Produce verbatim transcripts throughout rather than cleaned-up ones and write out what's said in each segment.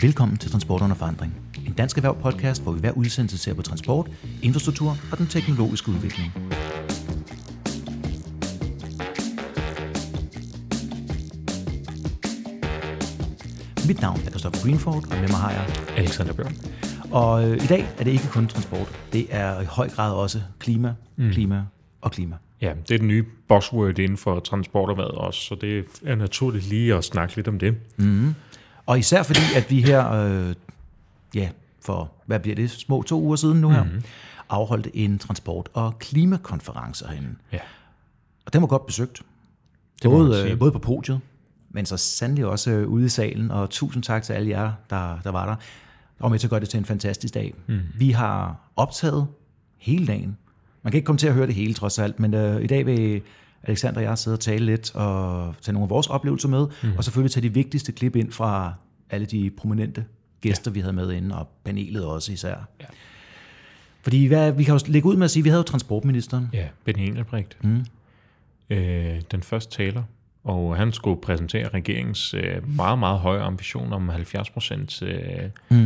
Velkommen til Transport under forandring. En dansk erhverv podcast, hvor vi hver udsendelse ser på transport, infrastruktur og den teknologiske udvikling. Mit navn er Christopher Greenford, og med mig har jeg Alexander Bjørn. Og øh, i dag er det ikke kun transport. Det er i høj grad også klima, mm. klima og klima. Ja, det er den nye buzzword inden for transporterhvervet også, så det er naturligt lige at snakke lidt om det. Mm. Og især fordi, at vi her, øh, ja, for hvad bliver det, små to uger siden nu her, mm. afholdt en transport- og klimakonference herinde. Ja. Og den var godt besøgt. Både, øh, både på podiet, men så sandelig også øh, ude i salen. Og tusind tak til alle jer, der, der var der. Og med til at gøre det til en fantastisk dag. Mm. Vi har optaget hele dagen. Man kan ikke komme til at høre det hele trods alt, men øh, i dag vil Alexander og jeg sidde og tale lidt og tage nogle af vores oplevelser med, mm. og selvfølgelig tage de vigtigste klip ind fra alle de prominente gæster, ja. vi havde med inde, og panelet også især. Ja. Fordi hvad, vi kan jo lægge ud med at sige, at vi havde jo transportministeren. Ja, Benny Engelbrecht. Mm. Øh, den første taler, og han skulle præsentere regeringens øh, meget, meget høje ambition om halvfjerds procent øh, mm.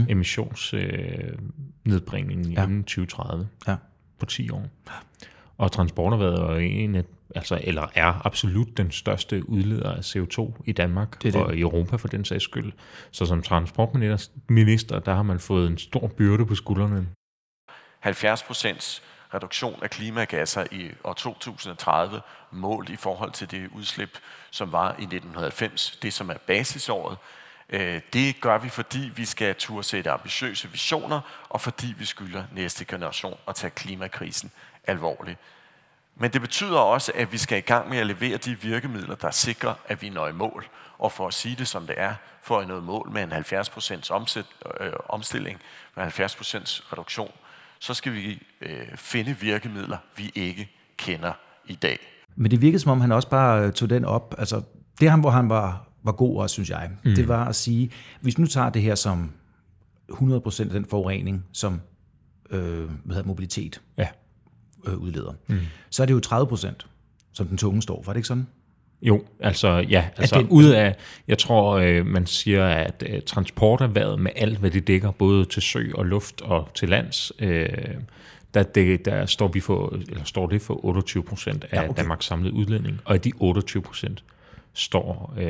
emissionsnedbringning øh, ja. inden tyve tredive. Ja. På ti år. Og transporterværet er en af, altså, eller er absolut den største udleder af C O to i Danmark det det. og i Europa for den sags skyld. Så som transportminister, der har man fået en stor byrde på skuldrene. halvfjerds procent reduktion af klimagasser i år to tusind og tredive, målt i forhold til det udslip, som var i nitten halvfems, det som er basisåret. Det gør vi, fordi vi skal turde sætte ambitiøse visioner, og fordi vi skylder næste generation at tage klimakrisen alvorligt. Men det betyder også, at vi skal i gang med at levere de virkemidler, der sikrer, at vi når i mål. Og for at sige det som det er, for at nå mål med en halvfjerds procent omsæt, øh, omstilling, med halvfjerds procent reduktion, så skal vi øh, finde virkemidler, vi ikke kender i dag. Men det virkede som om, han også bare tog den op. Altså, det ham, hvor han var... var god også, synes jeg. Mm. Det var at sige, hvis nu tager det her som hundrede procent af den forurening, som øh, hvad hedder, mobilitet ja. øh, udleder, mm. så er det jo tredive procent, som den tunge står. Var det ikke sådan? Jo, altså ja, altså den, ud af, jeg tror, øh, man siger, at øh, transporterhvervet med alt, hvad det dækker, både til sø og luft og til lands, øh, der, det, der står, vi for, eller står det for otteogtyve procent af ja, okay. Danmarks samlede udledning, og i de otteogtyve procent står øh,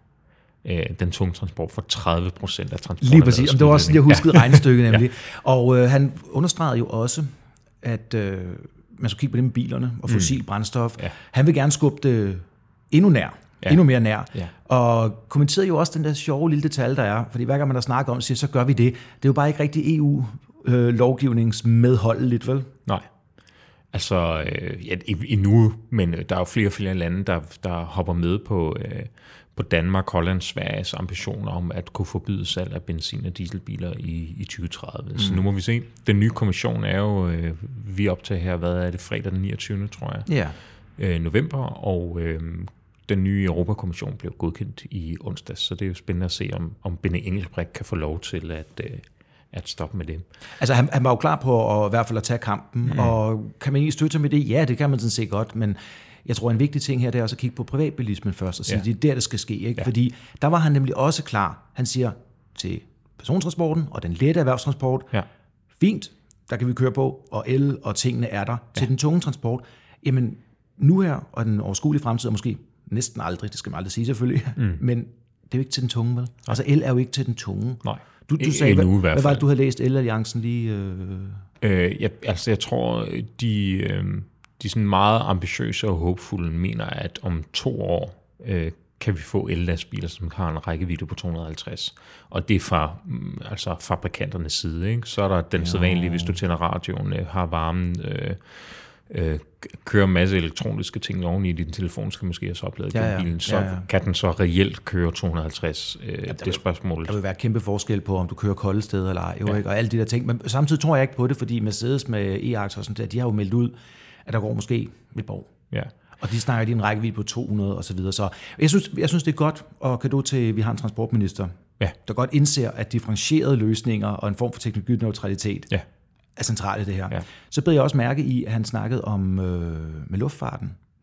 øh, den tunge transport for tredive procent af transporten. Lige præcis, det var også lige at huske ja. regnestykket nemlig. ja. Og øh, han understregede jo også, at øh, man skulle kigge på det med bilerne og fossil mm. brændstof. Ja. Han vil gerne skubbe det endnu nær, ja. endnu mere nær. Ja. Og kommenterede jo også den der sjove lille detalje, der er. Fordi hver gang man der snakker om, siger, så gør vi det. Det er jo bare ikke rigtig E U-lovgivningsmedholdeligt, vel? Nej. Altså, øh, ja, endnu, men der er jo flere og flere lande, der, der hopper med på, øh, på Danmark, Holland, Sveriges ambitioner om at kunne forbyde salg af benzin- og dieselbiler i, i tyve tredive. Mm. Så nu må vi se. Den nye kommission er jo, øh, vi optager her, hvad er det, fredag den niogtyvende tror jeg, yeah. øh, november, og øh, den nye Europakommission blev godkendt i onsdags, så det er jo spændende at se, om, om Benny Engelbrecht kan få lov til at... Øh, at stoppe med det. Altså han, han var jo klar på at, i hvert fald at tage kampen, mm. og kan man ikke støtte sig med det? Ja, det kan man sådan set godt, men jeg tror, en vigtig ting her, det er også at kigge på privatbilismen først, og sige, ja. det er der, det skal ske. Ikke? Ja. Fordi der var han nemlig også klar. Han siger til persontransporten og den lette erhvervstransport, ja. fint, der kan vi køre på, og el og tingene er der. Ja. Til den tunge transport, jamen nu her, og den overskuelige fremtid, og måske næsten aldrig, det skal man aldrig sige selvfølgelig, mm. men det er jo ikke til den tunge, vel? Altså el er jo ikke til den tunge. Nej. Du, du sagde, hvad, hvad var det, du havde læst El-alliancen lige? Øh... Øh, jeg, altså, jeg tror, de, øh, de sådan meget ambitiøse og håbefulde mener, at om to år øh, kan vi få el-lastbiler, som har en rækkevidde på to hundrede og halvtreds. Og det er fra altså fabrikanternes side. Ikke? Så er der den sædvanlige, hvis du tænder radioen, øh, har varmen... Øh, Øh, kører en masse elektroniske ting oveni i din telefon, skal måske også oplade ja, ja. bilen, så ja, ja. kan den så reelt køre to hundrede og halvtreds, øh, ja, det spørgsmål. Der vil være kæmpe forskel på, om du kører kolde steder eller ej, jo, ja. ikke? Og alle de der ting. Men samtidig tror jeg ikke på det, fordi Mercedes med e-aktier og sådan der, de har jo meldt ud, at der går måske et par år. Ja. Og de snakker i en rækkevidde på to hundrede og så videre. Så jeg synes, jeg synes det er godt, og kado til, at vi har en transportminister, ja. der godt indser, at differentierede løsninger og en form for teknologineutralitet ja. er centralt i det her. Ja. Så bed jeg også mærke i, at han snakkede om øh, med luftfarten.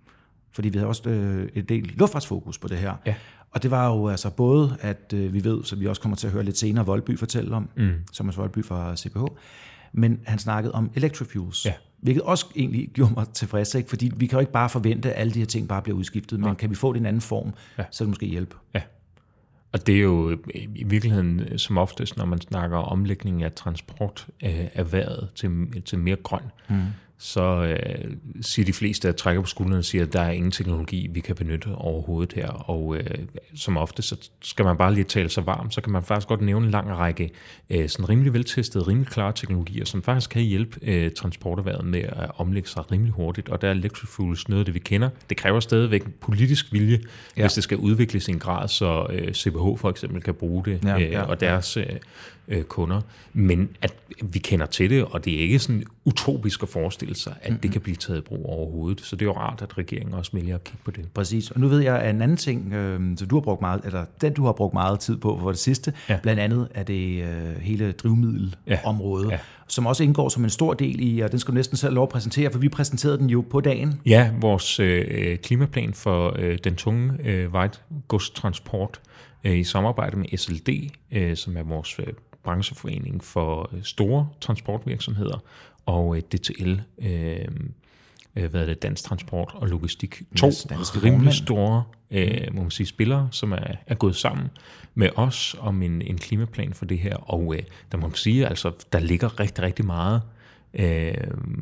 fordi vi havde også øh, et del luftfartsfokus på det her. Ja. Og det var jo altså både, at øh, vi ved, som vi også kommer til at høre lidt senere, Voldby fortælle om, mm. Thomas Voldby fra C P H, men han snakkede om electric fuels, ja. Hvilket også egentlig gjorde mig tilfreds, ikke? Fordi vi kan jo ikke bare forvente, at alle de her ting bare bliver udskiftet, men kan vi få det i en anden form, ja. Så kan det måske hjælpe. Ja. Og det er jo i virkeligheden som oftest, når man snakker om omlægning af transporterhvervet til, til mere grøn, mm. så øh, siger de fleste, at trækker på skuldrene og siger, at der er ingen teknologi, vi kan benytte overhovedet her. Og øh, som ofte, så skal man bare lige tale sig varm, så kan man faktisk godt nævne en lang række øh, sådan rimelig veltestede, rimelig klare teknologier, som faktisk kan hjælpe øh, transporterhvervet med at omlægge sig rimelig hurtigt. Og der er electric fuels noget af det, vi kender. Det kræver stadigvæk politisk vilje, ja. Hvis det skal udvikles i en grad, så øh, C P H for eksempel kan bruge det, ja, ja, øh, og deres øh, øh, kunder. Men at vi kender til det, og det er ikke sådan utopisk at forestille sig, at mm-hmm. det kan blive taget i brug overhovedet. Så det er jo rart, at regeringen også vælger at kigge på det. Præcis. Og nu ved jeg, at en anden ting, øh, så du har brugt meget, eller den du har brugt meget tid på for det sidste, ja. Blandt andet er det øh, hele drivmiddelområdet, ja. Ja. Som også indgår som en stor del i, og den skal du næsten selv lov at præsentere, for vi præsenterede den jo på dagen. Ja, vores øh, klimaplan for øh, den tunge øh, vejgodstransport øh, i samarbejde med S L D, øh, som er vores øh, brancheforening for store transportvirksomheder, og D T L, øh, hvad er det, Dansk Transport og Logistik. To rimelig store øh, må man sige, spillere, som er, er gået sammen med os om en, en klimaplan for det her, og øh, der må man sige, altså, der ligger rigtig, rigtig meget øh,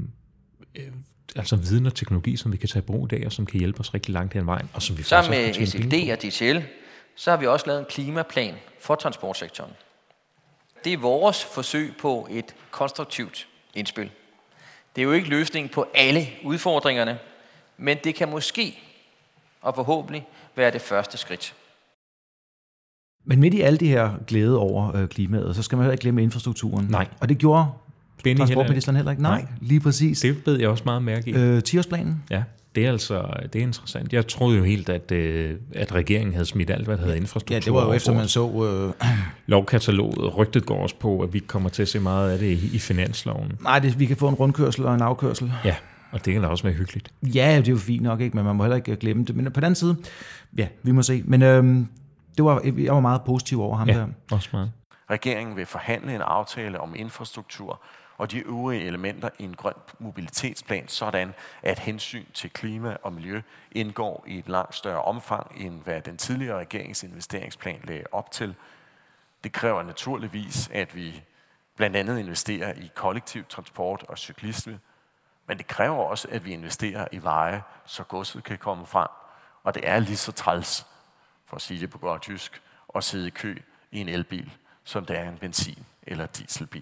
øh, altså viden og teknologi, som vi kan tage i brug i dag, og som kan hjælpe os rigtig langt hen vejen. Og som vi sammen med S L D og D T L, så har vi også lavet en klimaplan for transportsektoren. Det er vores forsøg på et konstruktivt indspil. Det er jo ikke løsningen på alle udfordringerne, men det kan måske og forhåbentlig være det første skridt. Men midt i alle de her glæde over øh, klimaet, så skal man heller ikke glemme infrastrukturen. Nej. Og det gjorde Benny transportministeren heller ikke. Nej, Nej, lige præcis. Det bed jeg også meget mærke i. Øh, ti-årsplanen? Ja. Det er altså det er interessant. Jeg troede jo helt, at, øh, at regeringen havde smidt alt, hvad der havde infrastruktur. Ja, det var jo efter, man så... Øh... Lovkataloget. Rygtet går også på, at vi kommer til at se meget af det i, i finansloven. Nej, det, vi kan få en rundkørsel og en afkørsel. Ja, og det kan da også være hyggeligt. Ja, det er jo fint nok, ikke? Men man må heller ikke glemme det. Men på den anden side, ja, vi må se. Men øh, det var, jeg var meget positiv over ham ja, der. Også meget. Regeringen vil forhandle en aftale om infrastruktur og de øvrige elementer i en grøn mobilitetsplan, sådan at hensyn til klima og miljø indgår i et langt større omfang, end hvad den tidligere regerings investeringsplan lagde op til. Det kræver naturligvis, at vi blandt andet investerer i kollektiv transport og cyklisme, men det kræver også, at vi investerer i veje, så godset kan komme frem. Og det er lige så træls, for at sige det på godt jysk, at sidde i kø i en elbil, som det er en benzin- eller dieselbil.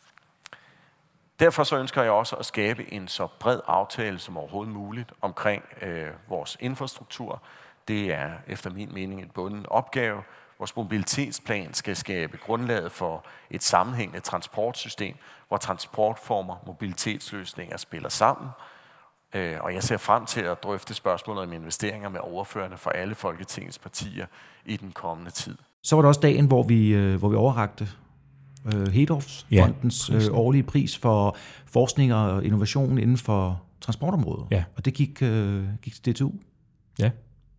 Derfor så ønsker jeg også at skabe en så bred aftale som overhovedet muligt omkring øh, vores infrastruktur. Det er efter min mening en bunden opgave. Vores mobilitetsplan skal skabe grundlaget for et sammenhængende transportsystem, hvor transportformer og mobilitetsløsninger spiller sammen. Øh, og jeg ser frem til at drøfte spørgsmålet om investeringer med overførende for alle Folketingets partier i den kommende tid. Så var der også dagen, hvor vi, øh, hvor vi overrakte Hedorfsfondens ja, øh, årlige pris for forskning og innovation inden for transportområdet. Ja. Og det gik, øh, gik til D T U. Ja.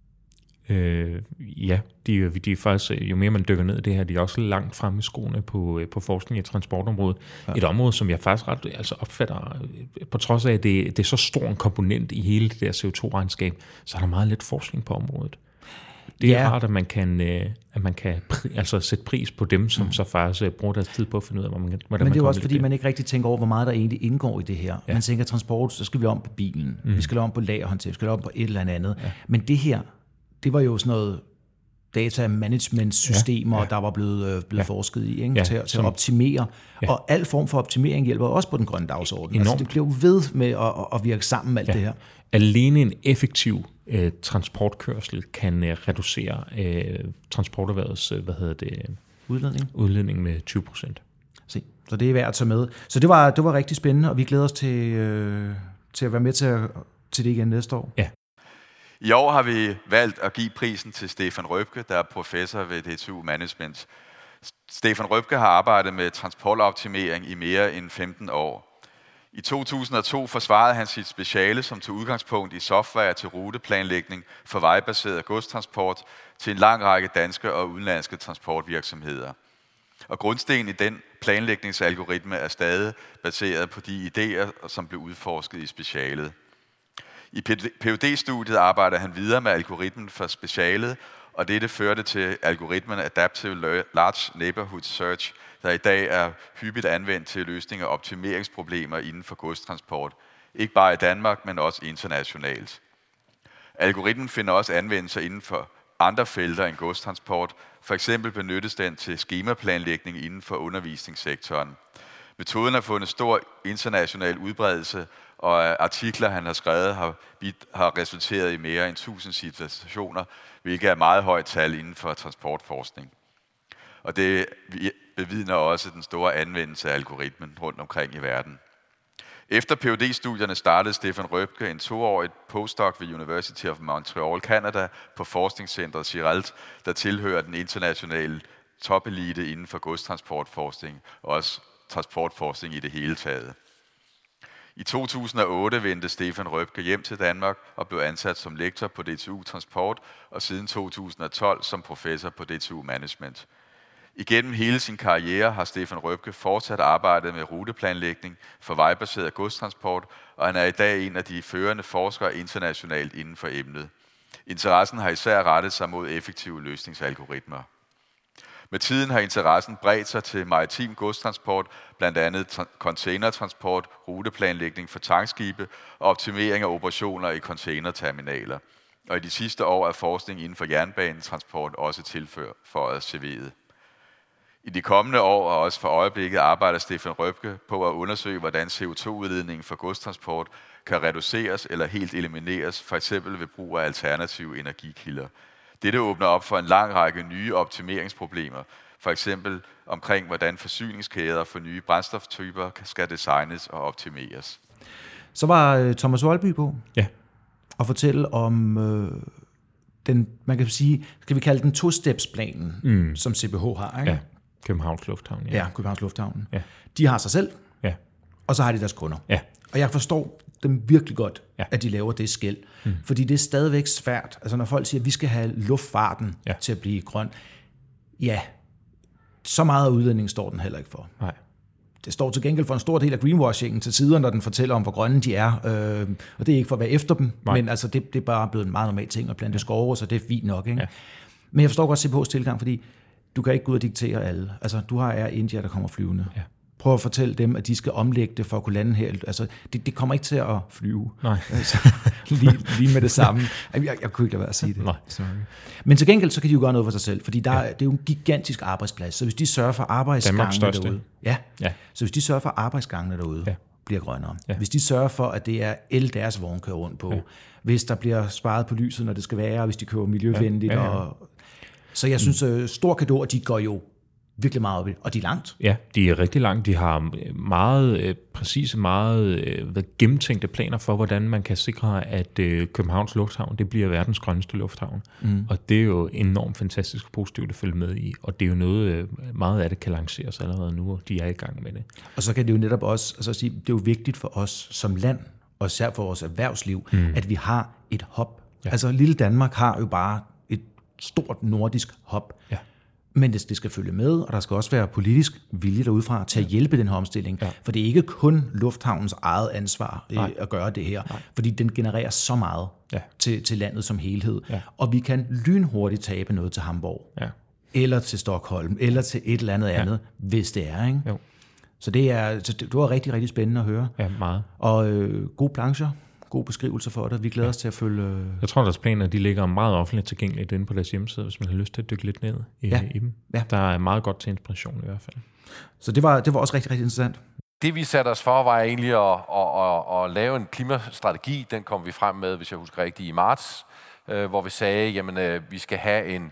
Øh, ja, de, de er faktisk, jo mere man dykker ned i det her, de er også langt fremme i skoene på, på forskning i transportområdet. Ja. Et område, som jeg faktisk ret altså opfatter, på trods af, at det, det er så stor en komponent i hele det der C O to regnskab, så er der meget lidt forskning på området. Det er ja. rart, at man kan, at man kan altså sætte pris på dem, som mm. så faktisk bruger deres tid på at finde ud af, hvordan man hvordan Men det er man også, fordi det. Man ikke rigtig tænker over, hvor meget der egentlig indgår i det her. Ja. Man tænker transport, så skal vi om på bilen, mm. vi skal om på lagerhåndtering, vi skal om på et eller andet. Ja. Men det her, det var jo sådan noget data management systemer, ja. Ja. der var blevet, blevet ja. forsket i, ikke? Ja. til, til at optimere. Ja. Og al form for optimering hjælper også på den grønne dagsorden. Altså, det bliver ved med at, at virke sammen med alt ja. det her. Alene en effektiv øh, transportkørsel kan øh, reducere øh, transporterhvervets øh, hvad hedder det, udledning. udledning med tyve procent. Se, så det er værd at tage med. Så det var, det var rigtig spændende, og vi glæder os til, øh, til at være med til, at, til det igen næste år. Ja. I år har vi valgt at give prisen til Stefan Røbke, der er professor ved D T U Management. Stefan Røbke har arbejdet med transportoptimering i mere end femten år. I to tusind og to forsvarede han sit speciale, som tog udgangspunkt i software til ruteplanlægning for vejbaseret godstransport til en lang række danske og udenlandske transportvirksomheder. Og grundstenen i den planlægningsalgoritme er stadig baseret på de idéer, som blev udforsket i specialet. I P H D-studiet arbejder han videre med algoritmen for specialet, og dette førte til algoritmen Adaptive Large Neighborhood Search, der i dag er hyppigt anvendt til løsning af optimeringsproblemer inden for godstransport. Ikke bare i Danmark, men også internationalt. Algoritmen finder også anvendelser inden for andre felter end godstransport. For eksempel benyttes den til skemaplanlægning inden for undervisningssektoren. Metoden har fundet stor international udbredelse, og artikler, han har skrevet, har, har resulteret i mere end tusind citationer, hvilket er et meget højt tal inden for transportforskning. Og det bevidner også den store anvendelse af algoritmen rundt omkring i verden. Efter P H D-studierne startede Stefan Røpke en toårig postdoc ved University of Montreal, Canada, på forskningscentret CIRALT, der tilhører den internationale topelite inden for godstransportforskning og også transportforskning i det hele taget. I to tusind og otte vendte Stefan Røpke hjem til Danmark og blev ansat som lektor på D T U Transport og siden to tusind og tolv som professor på D T U Management. Igennem hele sin karriere har Stefan Røpke fortsat arbejdet med ruteplanlægning for vejbaseret godstransport, og han er i dag en af de førende forskere internationalt inden for emnet. Interessen har især rettet sig mod effektive løsningsalgoritmer. Med tiden har interessen bredt sig til maritim godstransport, blandt andet containertransport, ruteplanlægning for tankskibe og optimering af operationer i containerterminaler. Og i de sidste år er forskning inden for jernbanetransport også tilføjet C V'et. I de kommende år og også for øjeblikket arbejder Stefan Røpke på at undersøge, hvordan C O to udledningen for godstransport kan reduceres eller helt elimineres, f.eks. ved brug af alternative energikilder. Dette åbner op for en lang række nye optimeringsproblemer, for eksempel omkring, hvordan forsyningskæder for nye brændstoftyper skal designes og optimeres. Så var Thomas Volby på ja. og fortælle om øh, den, man kan sige, skal vi kalde den to-steps-planen, mm. som C B H har, ikke? Ja, Københavns Lufthavn. Ja, ja Københavns Lufthavn. Ja. De har sig selv, ja. og så har de deres kunder. Ja. Og jeg forstår dem virkelig godt, ja. at de laver det skel. Mm. Fordi det er stadigvæk svært. Altså når folk siger, at vi skal have luftfarten ja. til at blive grøn. Ja, så meget af udledningen står den heller ikke for. Nej. Det står til gengæld for en stor del af greenwashingen til sider, når den fortæller om, hvor grønne de er. Øh, og det er ikke for at være efter dem, Nej. men altså, det, det er bare blevet en meget normal ting at plante skove, så det er fint nok. Ikke? Ja. Men jeg forstår godt C B H's tilgang, fordi du kan ikke gå ud og diktere alle. Altså, du har Air India, der kommer flyvende. Ja. Prøv at fortælle dem, at de skal omlægge det for at kunne lande her. Altså, det, det kommer ikke til at flyve. Nej. Altså, lige, lige med det samme. Jeg, jeg, jeg kunne ikke lade være at sige det. Nej, sorry. Men til gengæld, så kan de jo gøre noget for sig selv, fordi der, ja. det er jo en gigantisk arbejdsplads. Så hvis de sørger for arbejdsgangene derude, ja, ja. så hvis de sørger for arbejdsgangene derude, ja. bliver grønnere. Ja. Hvis de sørger for, at det er el, deres vogn kører rundt på, ja. hvis der bliver sparet på lyset, når det skal være, hvis de kører miljøvenligt. Ja. Ja, ja. Og, så jeg synes, mm. store cadeauer, de går jo virkelig meget op i, og de er langt. Ja, de er rigtig langt. De har meget øh, præcise, meget øh, gennemtænkte planer for, hvordan man kan sikre, at øh, Københavns Lufthavn, det bliver verdens grønneste lufthavn. Mm. Og det er jo enormt fantastisk og positivt at følge med i, og det er jo noget, øh, meget af det kan lanceres allerede nu, og de er i gang med det. Og så kan det jo netop også altså sige, det er jo vigtigt for os som land, og især for vores erhvervsliv, mm. at vi har et hub. Ja. Altså lille Danmark har jo bare et stort nordisk hub. Ja. Men det, det skal følge med, og der skal også være politisk vilje derudefra til at hjælpe den her omstilling. Ja. For det er ikke kun lufthavnens eget ansvar øh, at gøre det her, Nej. fordi den genererer så meget ja. til, til landet som helhed. Ja. Og vi kan lynhurtigt tabe noget til Hamburg, ja. eller til Stockholm, eller til et eller andet ja. andet, hvis det er. Ikke? Jo. Så det er så det, det var rigtig, rigtig spændende at høre. Ja, meget. Og øh, gode plancher. God beskrivelse for det. Vi glæder ja. os til at følge... Jeg tror, deres planer de ligger meget offentligt tilgængeligt inde på deres hjemmeside, hvis man har lyst til at dykke lidt ned i, ja. i dem. Ja. Der er meget godt til inspiration i hvert fald. Så det var, det var også rigtig, rigtig interessant. Det vi satte os for, var egentlig at, at, at, at lave en klimastrategi. Den kom vi frem med, hvis jeg husker rigtigt, i marts, øh, hvor vi sagde, jamen øh, vi skal have en,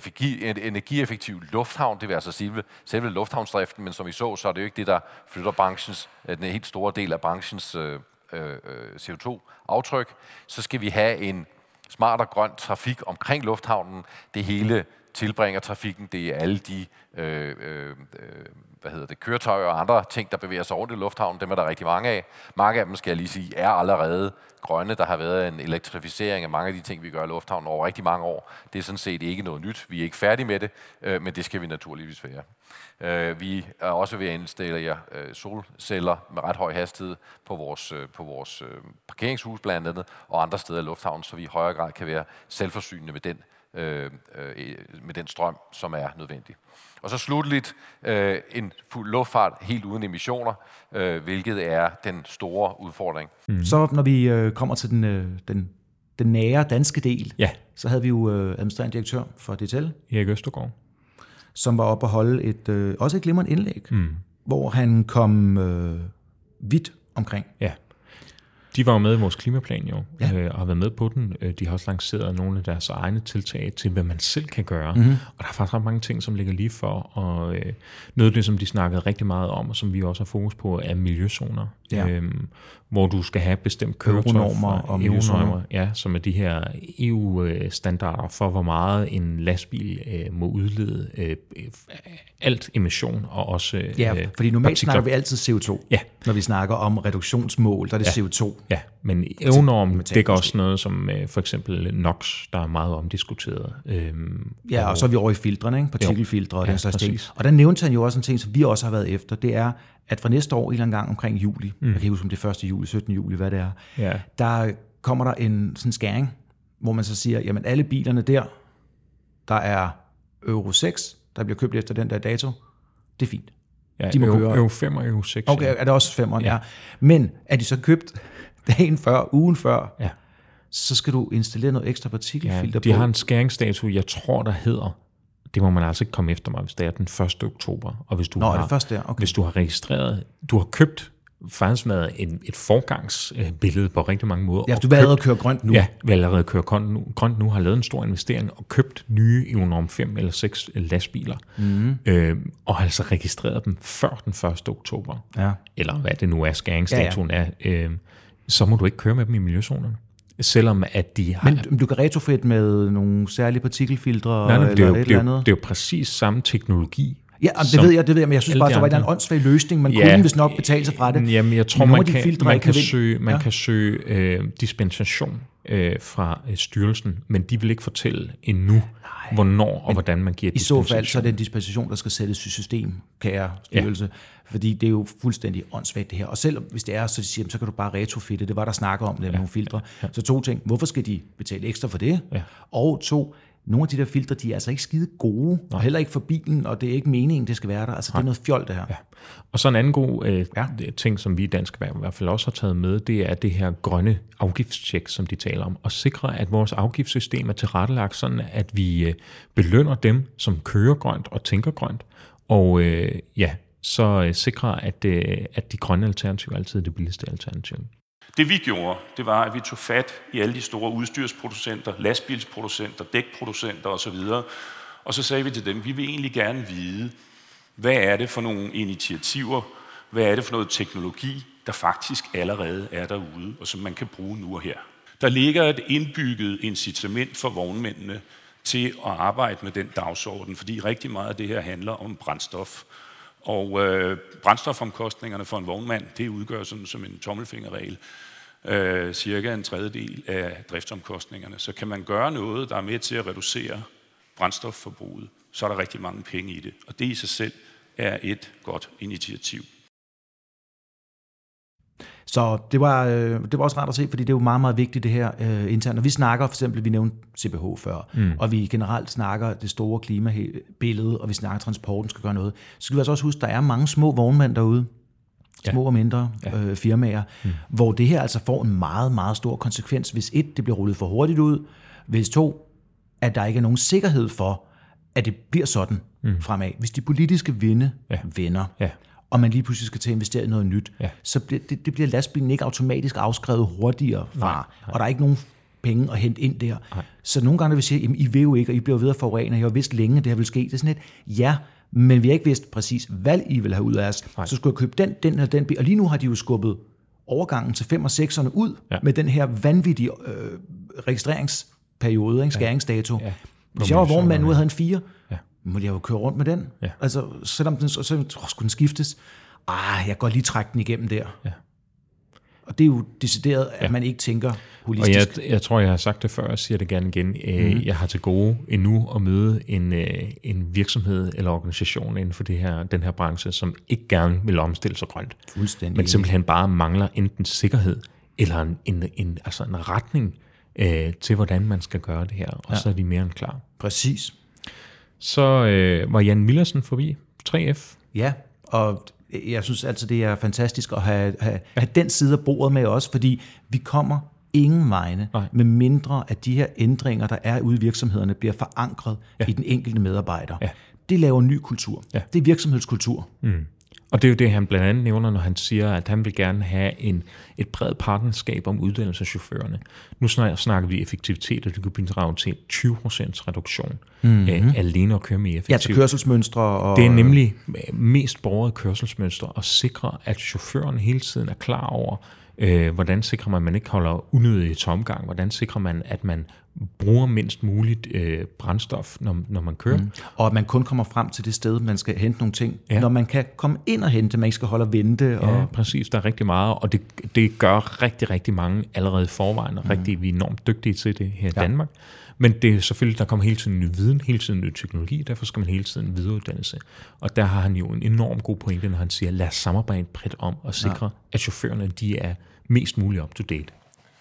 en energieffektiv lufthavn. Det vil altså selve, selve lufthavnsdriften, men som vi så, så er det jo ikke det, der flytter branchens, den helt store del af branchens øh, C O to aftryk, så skal vi have en smart og grøn trafik omkring lufthavnen. Det hele tilbringer trafikken, det er alle de øh, øh, hvad hedder det, køretøjer og andre ting, der bevæger sig rundt i lufthavnen. Dem er der rigtig mange af. Mange af dem, skal jeg lige sige, er allerede grønne. Der har været en elektrificering af mange af de ting, vi gør i lufthavnen over rigtig mange år. Det er sådan set ikke noget nyt. Vi er ikke færdige med det, øh, men det skal vi naturligvis være. Øh, vi er også ved at installere øh, solceller med ret høj hastighed på vores, øh, på vores øh, parkeringshus blandt andet, og andre steder i lufthavnen, så vi i højere grad kan være selvforsynende med den, øh, øh, med den strøm, som er nødvendig. Og så slutteligt øh, en fuld luftfart helt uden emissioner, øh, hvilket er den store udfordring. Mm. Så når vi øh, kommer til den, øh, den, den nære danske del, ja. så havde vi jo øh, administrerende direktør for D T L, Erik Østergaard, som var oppe og holde et, øh, også et glimrende indlæg, mm. hvor han kom øh, vidt omkring. Ja. De var jo med i vores klimaplan jo, ja. øh, og har været med på den. De har også lanceret nogle af deres egne tiltag til, hvad man selv kan gøre. Mm-hmm. Og der er faktisk ret mange ting, som ligger lige for. Og øh, noget af det, som de snakkede rigtig meget om, og som vi også har fokus på, er miljøzoner. Ja. Øhm, hvor du skal have bestemt køretøjer og miljøzoner. Ja, som er de her E U-standarder for, hvor meget en lastbil øh, må udlede øh, alt emission og også øh, ja, fordi normalt partikler. Snakker vi altid C O to, ja. Når vi snakker om reduktionsmål, der er det ja. C O to. Ja, men E U-norm dækker også noget som øh, for eksempel NOx, der er meget omdiskuteret. Øhm, ja, og, og så er vi over i filtrene, ikke? Partikelfiltre og ja, den slags ting. Og der nævnte han jo også en ting, som vi også har været efter, det er, at fra næste år, en eller anden gang omkring juli, mm. jeg kan ikke huske om det er første juli, syttende juli, hvad det er, ja. der kommer der en sådan skæring, hvor man så siger, jamen alle bilerne der, der er Euro seks, der bliver købt efter den der dato, det er fint. Ja, de må Euro, køre. Euro fem og Euro seks. Okay, er det også femeren? Ja. ja. Men er de så købt dagen før, ugen før, ja. så skal du installere noget ekstra partikelfilter ja, de på. De har en skæringsdato, jeg tror, der hedder, det må man altså ikke komme efter mig, hvis det er den første oktober. Og hvis du, Nå, har, er det første, okay. hvis du har registreret, du har købt faktisk med en, et forgangsbillede på rigtig mange måder. Ja, du vil allerede køre grønt nu. Ja, vi allerede køre grønt nu, grønt nu, har lavet en stor investering og købt nye E U norm fem eller seks lastbiler, mm. øh, og har altså registreret dem før den første oktober, ja. Eller hvad det nu er, skæringsdatoen ja, ja. er, øh, så må du ikke køre med dem i miljøzonerne. Selvom at de har... Men du kan retrofit med nogle særlige partikelfiltre nej, nej, eller det er jo, et det er eller andet? Det er jo præcis samme teknologi. Ja, det ved jeg, det ved jeg, men jeg synes bare, der var en åndssvag løsning. Man ja, kunne vist nok betale sig fra det. Jamen, jeg tror, man kan, filtre, man kan søge, man ja. kan søge øh, dispensation øh, fra øh, styrelsen, men de vil ikke fortælle endnu, nej, hvornår og hvordan man giver i dispensation. I så fald så er det en dispensation, der skal sættes i system, kære styrelse. Ja. Fordi det er jo fuldstændig åndssvagt det her. Og selv hvis det er, så, de siger, så kan du bare retrofitte. Det var der snakker om det med ja. nogle filtre. Ja. Så to ting. Hvorfor skal de betale ekstra for det? Ja. Og to, nogle af de der filtre, de er altså ikke skide gode, og heller ikke for bilen, og det er ikke meningen, det skal være der. Altså, det er noget fjol, det her. Ja. Og så en anden god øh, ja. ting, som vi i Dansk Erhverv i hvert fald også har taget med, det er det her grønne afgiftstjek, som de taler om, og sikre, at vores afgiftssystem er tilrettelagt sådan, at vi øh, belønner dem, som kører grønt og tænker grønt, og øh, ja, så øh, sikre, at, øh, at de grønne alternativer altid er det billigste alternativ. Det vi gjorde, det var, at vi tog fat i alle de store udstyrsproducenter, lastbilsproducenter, dækproducenter osv., og så sagde vi til dem, vi vil egentlig gerne vide, hvad er det for nogle initiativer, hvad er det for noget teknologi, der faktisk allerede er derude, og som man kan bruge nu og her. Der ligger et indbygget incitament for vognmændene til at arbejde med den dagsorden, fordi rigtig meget af det her handler om brændstof. Og øh, brændstofomkostningerne for en vognmand, det udgør sådan som en tommelfingerregel, øh, cirka en tredjedel af driftsomkostningerne. Så kan man gøre noget, der er med til at reducere brændstofforbruget, så er der rigtig mange penge i det. Og det i sig selv er et godt initiativ. Så det var, øh, det var også rart at se, fordi det er jo meget, meget vigtigt det her øh, internt. Når vi snakker, for eksempel, vi nævnte C P H før, mm. og vi generelt snakker det store klimabillede, og vi snakker, at transporten skal gøre noget, så skal vi altså også huske, at der er mange små vognmænd derude, små ja. og mindre ja. øh, firmaer, mm. hvor det her altså får en meget, meget stor konsekvens, hvis et, det bliver rullet for hurtigt ud, hvis to, at der ikke er nogen sikkerhed for, at det bliver sådan mm. fremad. Hvis de politiske vinde ja. vender, ja. og man lige pludselig skal til at investere i noget nyt, ja. så bliver det, det bliver lastbilen ikke automatisk afskrevet hurtigere fra, nej, nej. og der er ikke nogen penge at hente ind der. Nej. Så nogle gange vil vi sige, jamen, I vil jo ikke, og I bliver ved at forurene, jeg har vidst længe, det her vil ske. Det er sådan et, ja, men vi har ikke vidst præcis, hvad I vil have ud af os. Nej. Så skulle jeg købe den, den eller den bil, og lige nu har de jo skubbet overgangen til fem og sekserne ud, ja. med den her vanvittige øh, registreringsperiode, ikke, skæringsdato. Ja. Hvis jeg var vognmand nu og havde en fire, ja. må jeg jo køre rundt med den. Ja. Altså, selvom den, så, så oh, skulle den skiftes. Ah, jeg kan godt lige trække den igennem der. Ja. Og det er jo decideret, at ja. man ikke tænker holistisk. Og jeg, jeg tror, jeg har sagt det før, og siger det gerne igen. Mm. Jeg har til gode endnu at møde en, en virksomhed eller organisation inden for det her, den her branche, som ikke gerne vil omstille sig grønt. Fuldstændig. Men simpelthen bare mangler enten sikkerhed eller en, en, en, altså en retning øh, til, hvordan man skal gøre det her. Og ja. så er de mere end klar. Præcis. Så øh, var Jan Millersen forbi, tre F. Ja, og jeg synes altså, det er fantastisk at have, have, have den side af bordet med os, fordi vi kommer ingen vegne, Nej. med mindre at de her ændringer, der er ude i virksomhederne, bliver forankret ja. i den enkelte medarbejder. Ja. Det laver en ny kultur. Ja. Det er virksomhedskultur. Mm. Og det er jo det, han blandt andet nævner, når han siger, at han vil gerne have en, et bredt partnerskab om uddannelse af chaufførerne. Nu snakker vi effektivitet, og det kan bidrage til tyve procent reduktion mm-hmm. af alene at køre mere effektivt. Ja, til kørselsmønstre. Og det er nemlig mest borgede kørselsmønstre at sikre, at chaufføren hele tiden er klar over, øh, hvordan sikrer man, at man ikke holder unødig tomgang, hvordan sikrer man, at man bruger mindst muligt øh, brændstof, når, når man kører. Mm. Og at man kun kommer frem til det sted, man skal hente nogle ting, ja. når man kan komme ind og hente, man ikke skal holde og vente. Og... Ja, præcis. Der er rigtig meget, og det, det gør rigtig, rigtig mange allerede i forvejen, og mm. rigtig, vi er enormt dygtige til det her i ja. Danmark. Men det er selvfølgelig, der kommer hele tiden ny viden, hele tiden ny teknologi, derfor skal man hele tiden videreuddanne sig. Og der har han jo en enorm god pointe, når han siger, lad os samarbejde bredt om at sikre, ja. at chaufførerne de er mest muligt up to date.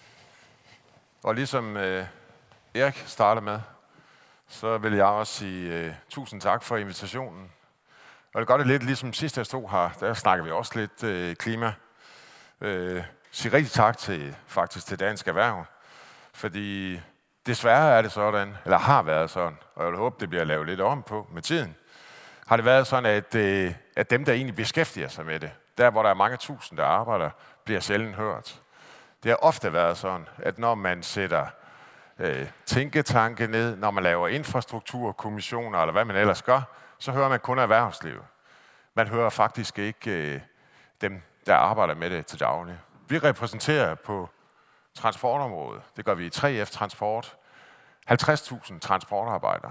Og ligesom øh, Erik starter med, så vil jeg også sige øh, tusind tak for invitationen. Og det gør det lidt ligesom sidst jeg stod her, der snakker vi også lidt øh, klima. Øh, sige rigtig tak til, faktisk til Dansk Erhverv, fordi desværre er det sådan, eller har været sådan, og jeg vil håbe, det bliver lavet lidt om på med tiden, har det været sådan, at, øh, at dem, der egentlig beskæftiger sig med det, der hvor der er mange tusind, der arbejder, bliver sjældent hørt. Det har ofte været sådan, at når man sætter øh, tænketanke ned, når man laver infrastrukturkommissioner, eller hvad man ellers gør, så hører man kun erhvervslivet. Man hører faktisk ikke øh, dem, der arbejder med det til daglig. Vi repræsenterer på transportområdet, det gør vi i tre F Transport, halvtreds tusind transportarbejdere.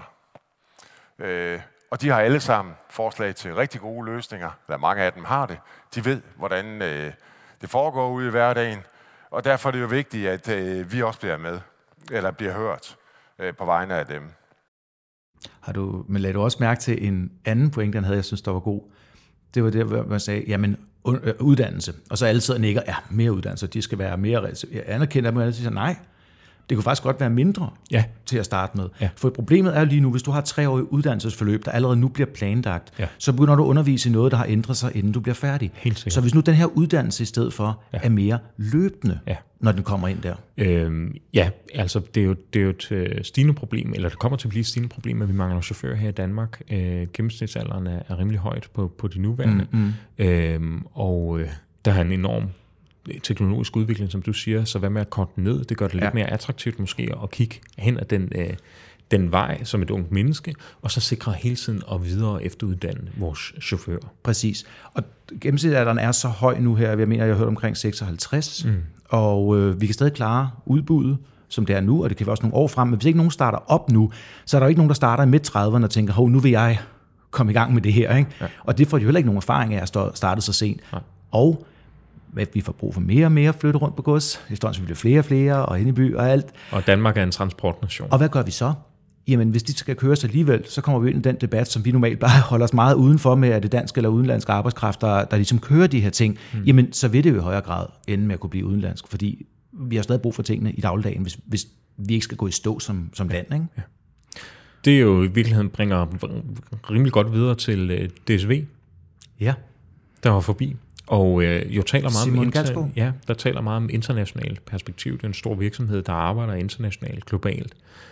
Øh, og de har alle sammen forslag til rigtig gode løsninger, eller mange af dem har det. De ved, hvordan øh, det foregår ude i hverdagen, og derfor er det jo vigtigt, at øh, vi også bliver med, eller bliver hørt øh, på vegne af dem. Har du, men lagde du også mærke til en anden pointe, han havde, jeg synes, der var god? Det var det, hvor man sagde, jamen, uddannelse. Og så alle sidder og nikker, ja, mere uddannelse, de skal være mere... Jeg anerkender, at man altid siger, nej, det kunne faktisk godt være mindre ja. til at starte med. Ja. For problemet er lige nu, hvis du har et treårigt uddannelsesforløb, der allerede nu bliver planlagt, ja. så begynder du at undervise i noget, der har ændret sig, inden du bliver færdig. Helt sikkert. Så hvis nu den her uddannelse i stedet for ja. er mere løbende, ja. når den kommer ind der. Øhm, ja, altså det er, jo, det er jo et stigende problem, eller det kommer til at blive et stigende problem, at vi mangler chauffører her i Danmark. Øh, gennemsnitsalderen er, er rimelig højt på, på de nuværende. Mm, mm. Øhm, og øh, der er en enorm teknologisk udvikling, som du siger, så hvad med at korte ned? Det gør det lidt ja. mere attraktivt måske at kigge hen ad den, øh, den vej som et ungt menneske, og så sikre hele tiden at videre efteruddanne vores chauffører. Præcis. Og gennemsnitsalderen er så høj nu her, jeg mener, jeg har hørt omkring seksoghalvtreds, mm. og øh, vi kan stadig klare udbuddet, som det er nu, og det kan være også nogle år frem, men hvis ikke nogen starter op nu, så er der jo ikke nogen, der starter i midt trediverne og tænker, hov, nu vil jeg komme i gang med det her, ikke? Ja. Og det får de heller ikke nogen erfaring af at starte så sent. Ja. Og at vi får brug for mere og mere flytte rundt på gods, efterhånden vi bliver flere og flere, og ind i by og alt. Og Danmark er en transportnation. Og hvad gør vi så? Jamen, hvis de skal køres alligevel, så kommer vi ind i den debat, som vi normalt bare holder os meget udenfor med, at det danske eller udenlandske arbejdskraft, der, der ligesom kører de her ting, mm. jamen, så vil det jo i højere grad ende med at kunne blive udenlandsk, fordi vi har stadig brug for tingene i dagligdagen, hvis, hvis vi ikke skal gå i stå som, som land, ikke? Ja. Det er jo i virkeligheden bringer rimelig godt videre til uh, D S V. Ja. Der var forbi. Og øh, jo taler meget om inter- ja, der taler meget om internationalt perspektiv. Det er en stor virksomhed, der arbejder internationalt, globalt,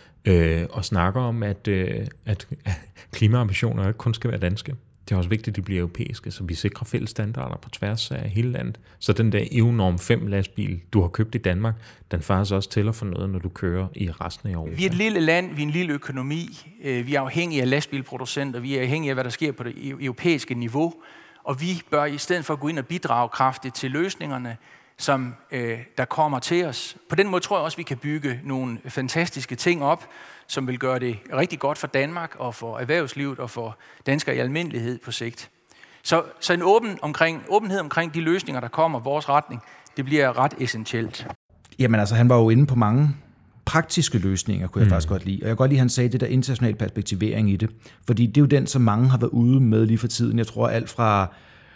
øh, og snakker om, at, øh, at klimaambitioner ikke kun skal være danske. Det er også vigtigt, at de bliver europæiske, så vi sikrer fælles standarder på tværs af hele landet. Så den der E U-norm fem lastbil, du har købt i Danmark, den faktisk også tæller for noget, når du kører i resten af Europa. Vi er et lille land, vi er en lille økonomi, vi er afhængige af lastbilproducenter, vi er afhængige af, hvad der sker på det europæiske niveau. Og vi bør i stedet for at gå ind og bidrage kraftigt til løsningerne, som øh, der kommer til os. På den måde tror jeg også, vi kan bygge nogle fantastiske ting op, som vil gøre det rigtig godt for Danmark og for erhvervslivet og for danskere i almindelighed på sigt. Så, så en åben omkring, åbenhed omkring de løsninger, der kommer i vores retning, det bliver ret essentielt. Jamen altså, han var jo inde på mange praktiske løsninger, kunne jeg mm. faktisk godt lide. Og jeg kan godt lide, at han sagde det der international perspektivering i det. Fordi det er jo den, som mange har været ude med lige for tiden. Jeg tror alt fra...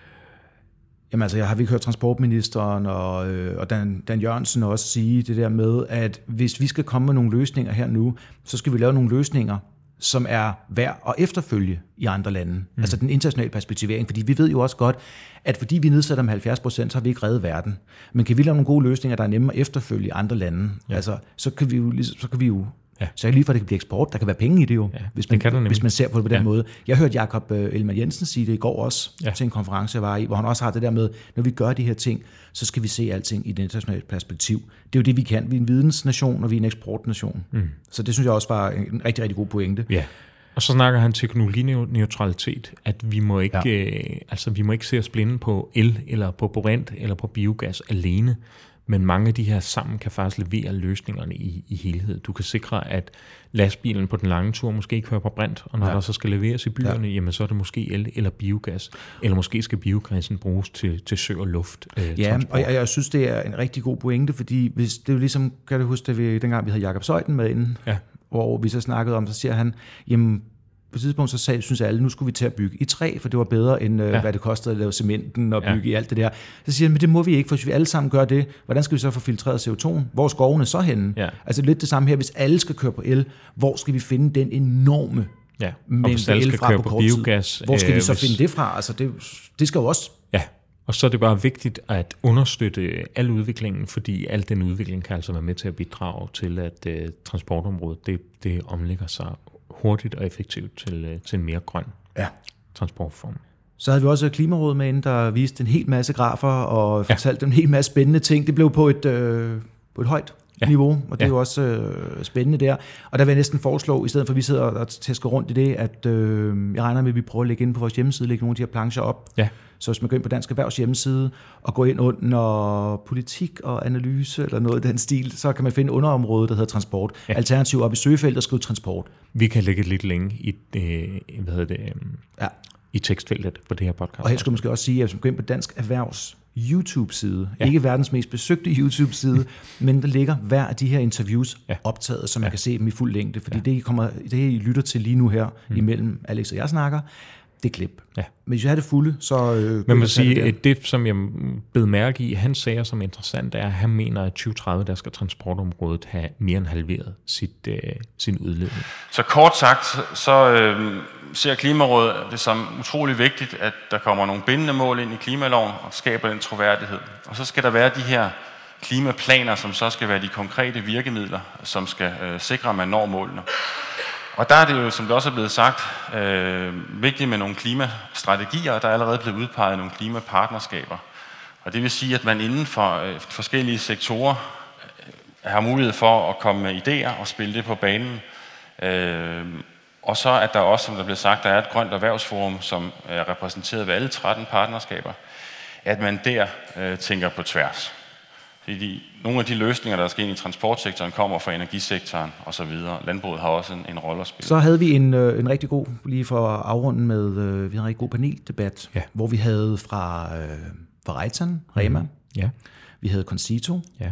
Jamen altså, jeg har vi hørt transportministeren og, øh, og Dan, Dan Jørgensen også sige det der med, at hvis vi skal komme med nogle løsninger her nu, så skal vi lave nogle løsninger, som er værd at efterfølge i andre lande. Mm. Altså den internationale perspektivering, fordi vi ved jo også godt, at fordi vi nedsætter med halvfjerds procent, så har vi ikke reddet verden. Men kan vi lave nogle gode løsninger, der er nemme at efterfølge i andre lande, ja. altså, så kan vi jo, så kan vi jo ja. så er det lige for, at det kan blive eksport. Der kan være penge i det jo, ja, hvis, man, det hvis man ser på det på den ja. måde. Jeg hørte Jakob Ellemann Jensen sige det i går også, ja. til en konference, jeg var i, hvor han også har det der med, når vi gør de her ting, så skal vi se alting i et internationalt perspektiv. Det er jo det, vi kan. Vi er en vidensnation, og vi er en eksportnation. Mm. Så det synes jeg også var en rigtig, rigtig god pointe. Ja. Og så snakker han teknologineutralitet, at vi må ikke, ja. øh, altså, vi må ikke se os blinde på el, eller på brint, eller på biogas alene. Men mange af de her sammen kan faktisk levere løsningerne i, i helhed. Du kan sikre, at lastbilen på den lange tur måske kører på brint, og når ja. der så skal leveres i byerne, ja. jamen så er det måske el eller biogas, eller måske skal biogassen bruges til, til sø og luft. Øh, ja, transport. og jeg, jeg synes, det er en rigtig god pointe, fordi hvis, det er jo ligesom, kan du huske, det vi, dengang vi havde Jakob Zeuthen med inden, ja. hvor vi så snakkede om, så siger han, jamen, på et tidspunkt så sagde, synes alle, nu skulle vi til at bygge i træ, for det var bedre, end ja. hvad det kostede at lave cementen og bygge ja. i alt det der. Så siger han, men det må vi ikke, for hvis vi alle sammen gør det, hvordan skal vi så få filtreret C O to? Hvor er skovene så henne? Ja. Altså lidt det samme her, hvis alle skal køre på el, hvor skal vi finde den enorme ja. mængde el fra på, på biogas? Hvor skal øh, vi så hvis... finde det fra? Altså det, det skal jo også... Ja, og så er det bare vigtigt at understøtte al udviklingen, fordi al den udvikling kan altså være med til at bidrage til, at uh, transportområdet det, det omlægger sig hurtigt og effektivt til, til en mere grøn ja. transportform. Så havde vi også Klimarådet med inden, der viste en hel masse grafer og fortalte ja. en hel masse spændende ting. Det blev på et, øh, på et højt ja. niveau, og det ja. er jo også øh, spændende der. Og der vil jeg næsten foreslå, i stedet for at vi sidder og tæsker rundt i det, at øh, jeg regner med, at vi prøver at lægge ind på vores hjemmeside, lægge nogle af de her plancher op. Ja. Så hvis man går ind på Dansk Erhvervs hjemmeside og går ind under politik og analyse eller noget af den stil, så kan man finde underområdet, der hedder transport. Ja. Alternativ op i søgefeltet og skrive transport. Vi kan lægge et lille link i, øh, hvad hedder det, øh, ja. i tekstfeltet på det her podcast. Og her skulle man måske også sige, at hvis man går ind på Dansk Erhvervs YouTube-side, ja. ikke verdens mest besøgte YouTube-side, men der ligger hver af de her interviews ja. optaget, så man ja. kan se dem i fuld længde. Fordi ja. det, I kommer, det, I lytter til lige nu her, mm. imellem Alex og jeg snakker, det klip. Ja. Men hvis jeg har det fulde, så... Øh, Men man sige, det, det, som jeg bed mærke i, han sagde som interessant, er, at han mener, at tyve tredive, der skal transportområdet have mere end halveret sit, øh, sin udledning. Så kort sagt, så øh, ser Klimarådet det som utrolig vigtigt, at der kommer nogle bindende mål ind i klimaloven og skaber den troværdighed. Og så skal der være de her klimaplaner, som så skal være de konkrete virkemidler, som skal øh, sikre, at man når målene. Og der er det jo, som det også er blevet sagt, øh, vigtigt med nogle klimastrategier, og der er allerede blevet udpeget nogle klimapartnerskaber. Og det vil sige, at man inden for øh, forskellige sektorer øh, har mulighed for at komme med idéer og spille det på banen. Øh, og så at der også, som der bliver sagt, der er et grønt erhvervsforum, som er repræsenteret ved alle tretten partnerskaber, at man der øh, tænker på tværs. De, nogle af de løsninger, der skal ind i transportsektoren, kommer fra energisektoren osv. Landbruget har også en, en rolle at spille. Så havde vi en, øh, en rigtig god, lige for at afrunde med, øh, vi havde en rigtig god paneldebat, ja. hvor vi havde fra, øh, fra Reitan, Rema, mm. ja. vi havde Concito, ja.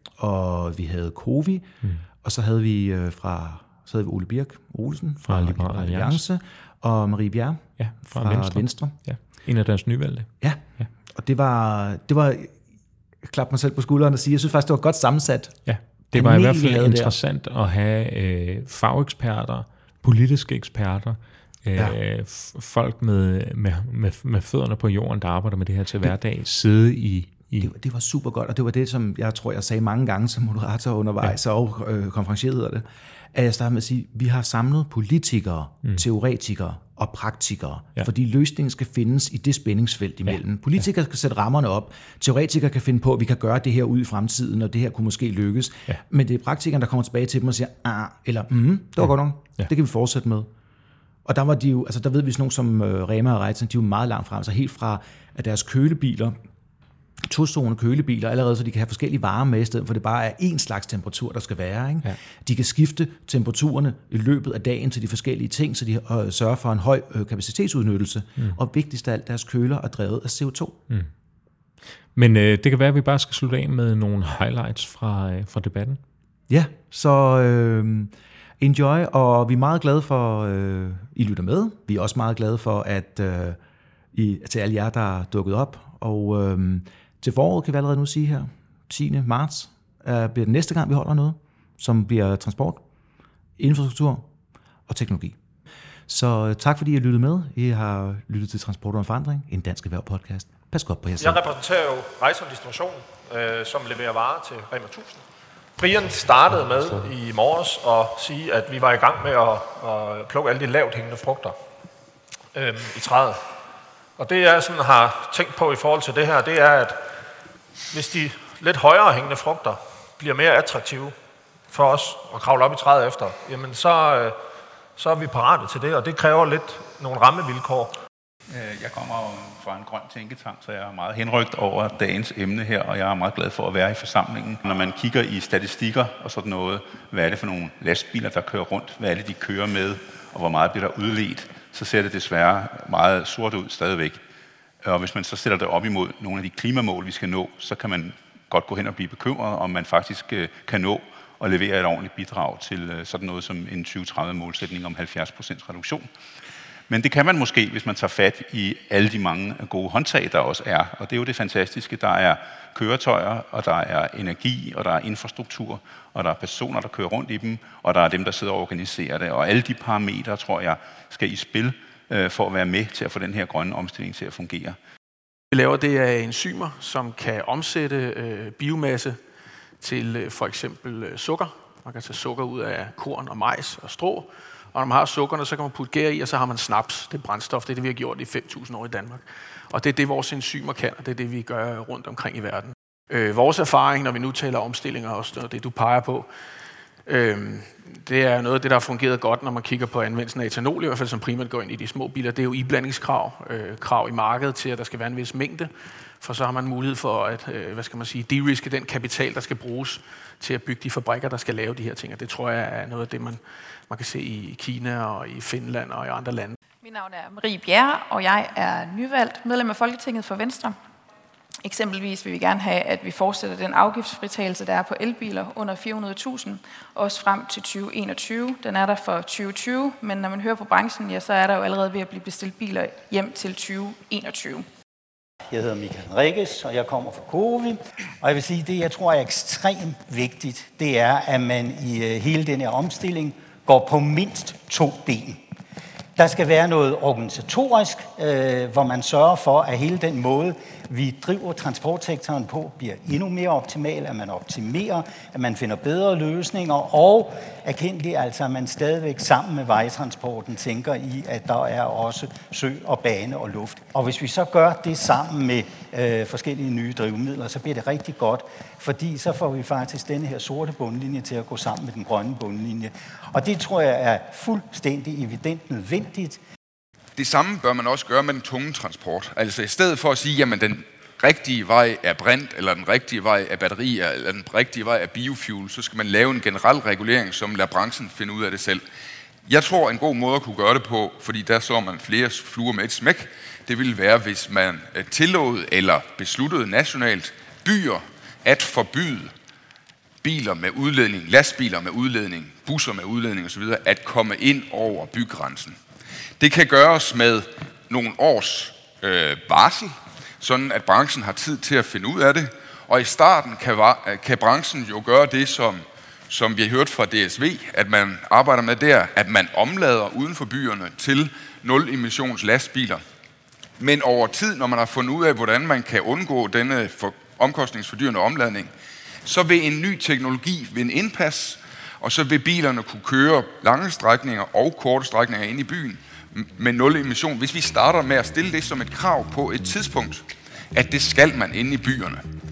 og vi havde Covi, mm. og så havde vi øh, fra så havde vi Ole Birk Olsen fra, fra Liberal Alliance, og Marie Bjerre ja, fra, fra Venstre. Venstre. Ja. En af deres nyvalgte. Ja. ja, og det var... Det var klappe mig selv på skulderen og sige, jeg synes faktisk, det var godt sammensat. Ja, det var panel, i hvert fald interessant der. at have øh, fageksperter, politiske eksperter, øh, ja. folk med, med, med, med fødderne på jorden, der arbejder med det her til hverdag, sidde i... i det, var, det var super godt, og det var det, som jeg tror, jeg sagde mange gange som moderator undervejs, ja. og øh, konferencier hedder det, at jeg startede med at sige, vi har samlet politikere, mm. teoretikere og praktikere, ja. fordi løsningen skal findes i det spændingsfelt imellem. Ja. Politikere ja. skal sætte rammerne op, teoretikere kan finde på, at vi kan gøre det her ud i fremtiden, og det her kunne måske lykkes, ja. men det er praktikeren, der kommer tilbage til dem og siger, ah, eller mm, det var ja. godt nok, ja. det kan vi fortsætte med. Og der var de jo, altså der ved vi sådan nogle som uh, Rema og Reitan, de er jo meget langt frem, så helt fra at deres kølebiler to-zone kølebiler allerede, så de kan have forskellige varer med, i stedet for det bare er én slags temperatur, der skal være. Ikke? Ja. De kan skifte temperaturerne i løbet af dagen til de forskellige ting, så de øh, sørger for en høj øh, kapacitetsudnyttelse. Mm. Og vigtigst af alt, deres køler er drevet af C O to. Mm. Men øh, det kan være, at vi bare skal slutte af med nogle highlights fra, øh, fra debatten. Ja, så øh, enjoy, og vi er meget glade for, øh, I lytter med. Vi er også meget glade for, at øh, I, til alle jer, der er dukket op. Og øh, til foråret kan vi allerede nu sige her, tiende marts, øh, bliver den næste gang, vi holder noget, som bliver transport, infrastruktur og teknologi. Så øh, tak fordi I lyttede med. I har lyttet til Transport og Forandring, en dansk erhverv-podcast. Pas godt på jer selv. Jeg repræsenterer jo Rejse og Distribution, øh, som leverer varer til Rema tusind. Brian startede med i morges at sige, at vi var i gang med at, at plukke alle de lavt hængende frugter øh, i træet. Og det jeg sådan har tænkt på i forhold til det her, det er, at hvis de lidt højere hængende frugter bliver mere attraktive for os at kravle op i træet efter, jamen så, øh, så er vi parate til det, og det kræver lidt nogle rammevilkår. Jeg kommer jo fra en grøn tænketank, så jeg er meget henrygt over dagens emne her, og jeg er meget glad for at være i forsamlingen. Når man kigger i statistikker og sådan noget, hvad er det for nogle lastbiler, der kører rundt, hvad er det, de kører med, og hvor meget bliver der udledt, så ser det desværre meget sort ud stadigvæk. Og hvis man så sætter det op imod nogle af de klimamål, vi skal nå, så kan man godt gå hen og blive bekymret, om man faktisk kan nå og levere et ordentligt bidrag til sådan noget som en tyve tredive målsætning om halvfjerds procent reduktion. Men det kan man måske, hvis man tager fat i alle de mange gode håndtag, der også er. Og det er jo det fantastiske. Der er køretøjer, og der er energi, og der er infrastruktur, og der er personer, der kører rundt i dem, og der er dem, der sidder og organiserer det. Og alle de parametre, tror jeg, skal i spil øh, for at være med til at få den her grønne omstilling til at fungere. Vi laver det af enzymer, som kan omsætte øh, biomasse til øh, for eksempel øh, sukker. Man kan tage sukker ud af korn og majs og strå. Og når man har sukkerne, så kan man putte gær i, og så har man snaps. Det er brændstof. Det er det, vi har gjort i fem tusind år i Danmark. Og det er det, vores enzymer kan, og det er det, vi gør rundt omkring i verden. Øh, vores erfaring, når vi nu taler omstillinger, og det du peger på, øh, det er noget af det, der har fungeret godt, når man kigger på anvendelsen af etanol, i hvert fald som primært går ind i de små biler. Det er jo iblandingskrav, øh, krav i markedet til, at der skal være en vis mængde, for så har man mulighed for at, øh, hvad skal man sige, de-riske den kapital, der skal bruges til at bygge de fabrikker, der skal lave de her ting. Og det tror jeg er noget af det, man, man kan se i Kina og i Finland og i andre lande. Mit navn er Marie Bjerre, og jeg er nyvalgt medlem af Folketinget for Venstre. Eksempelvis vil vi gerne have, at vi fortsætter den afgiftsfritagelse, der er på elbiler under fire hundrede tusind, også frem til tyve enogtyve. Den er der for tyve tyve, men når man hører på branchen, ja, så er der jo allerede ved at blive bestilt biler hjem til tyve enogtyve. Jeg hedder Michael Rikkes, og jeg kommer fra Cowi. Og jeg vil sige, det jeg tror er ekstremt vigtigt, det er, at man i hele den her omstilling går på mindst to ben. Der skal være noget organisatorisk, øh, hvor man sørger for, at hele den måde, vi driver transportsektoren på, bliver endnu mere optimal, at man optimerer, at man finder bedre løsninger, og erkendeligt altså, at man stadigvæk sammen med vejtransporten tænker i, at der er også sø og bane og luft. Og hvis vi så gør det sammen med øh, forskellige nye drivmidler, så bliver det rigtig godt, fordi så får vi faktisk denne her sorte bundlinje til at gå sammen med den grønne bundlinje. Og det tror jeg er fuldstændig evident nødvendigt. Det samme bør man også gøre med den tunge transport. Altså i stedet for at sige, jamen den rigtige vej er brint, eller den rigtige vej er batterier, eller den rigtige vej er biofuel, så skal man lave en generel regulering, som lader branchen finde ud af det selv. Jeg tror, en god måde at kunne gøre det på, fordi der så man flere fluer med et smæk, det ville være, hvis man tillod eller besluttede nationalt byer at forbyde biler med udledning, lastbiler med udledning, busser med udledning osv., at komme ind over bygrænsen. Det kan gøres med nogle års øh, varsel, sådan at branchen har tid til at finde ud af det. Og i starten kan, kan branchen jo gøre det, som, som vi har hørt fra D S V, at man arbejder med der, at man omlader uden for byerne til nul-emissions lastbiler. Men over tid, når man har fundet ud af, hvordan man kan undgå denne for, omkostningsfordyrende omladning, så vil en ny teknologi vinde indpas, og så vil bilerne kunne køre lange strækninger og korte strækninger ind i byen med nul emission, hvis vi starter med at stille det som et krav på et tidspunkt, at det skal man inde i byerne.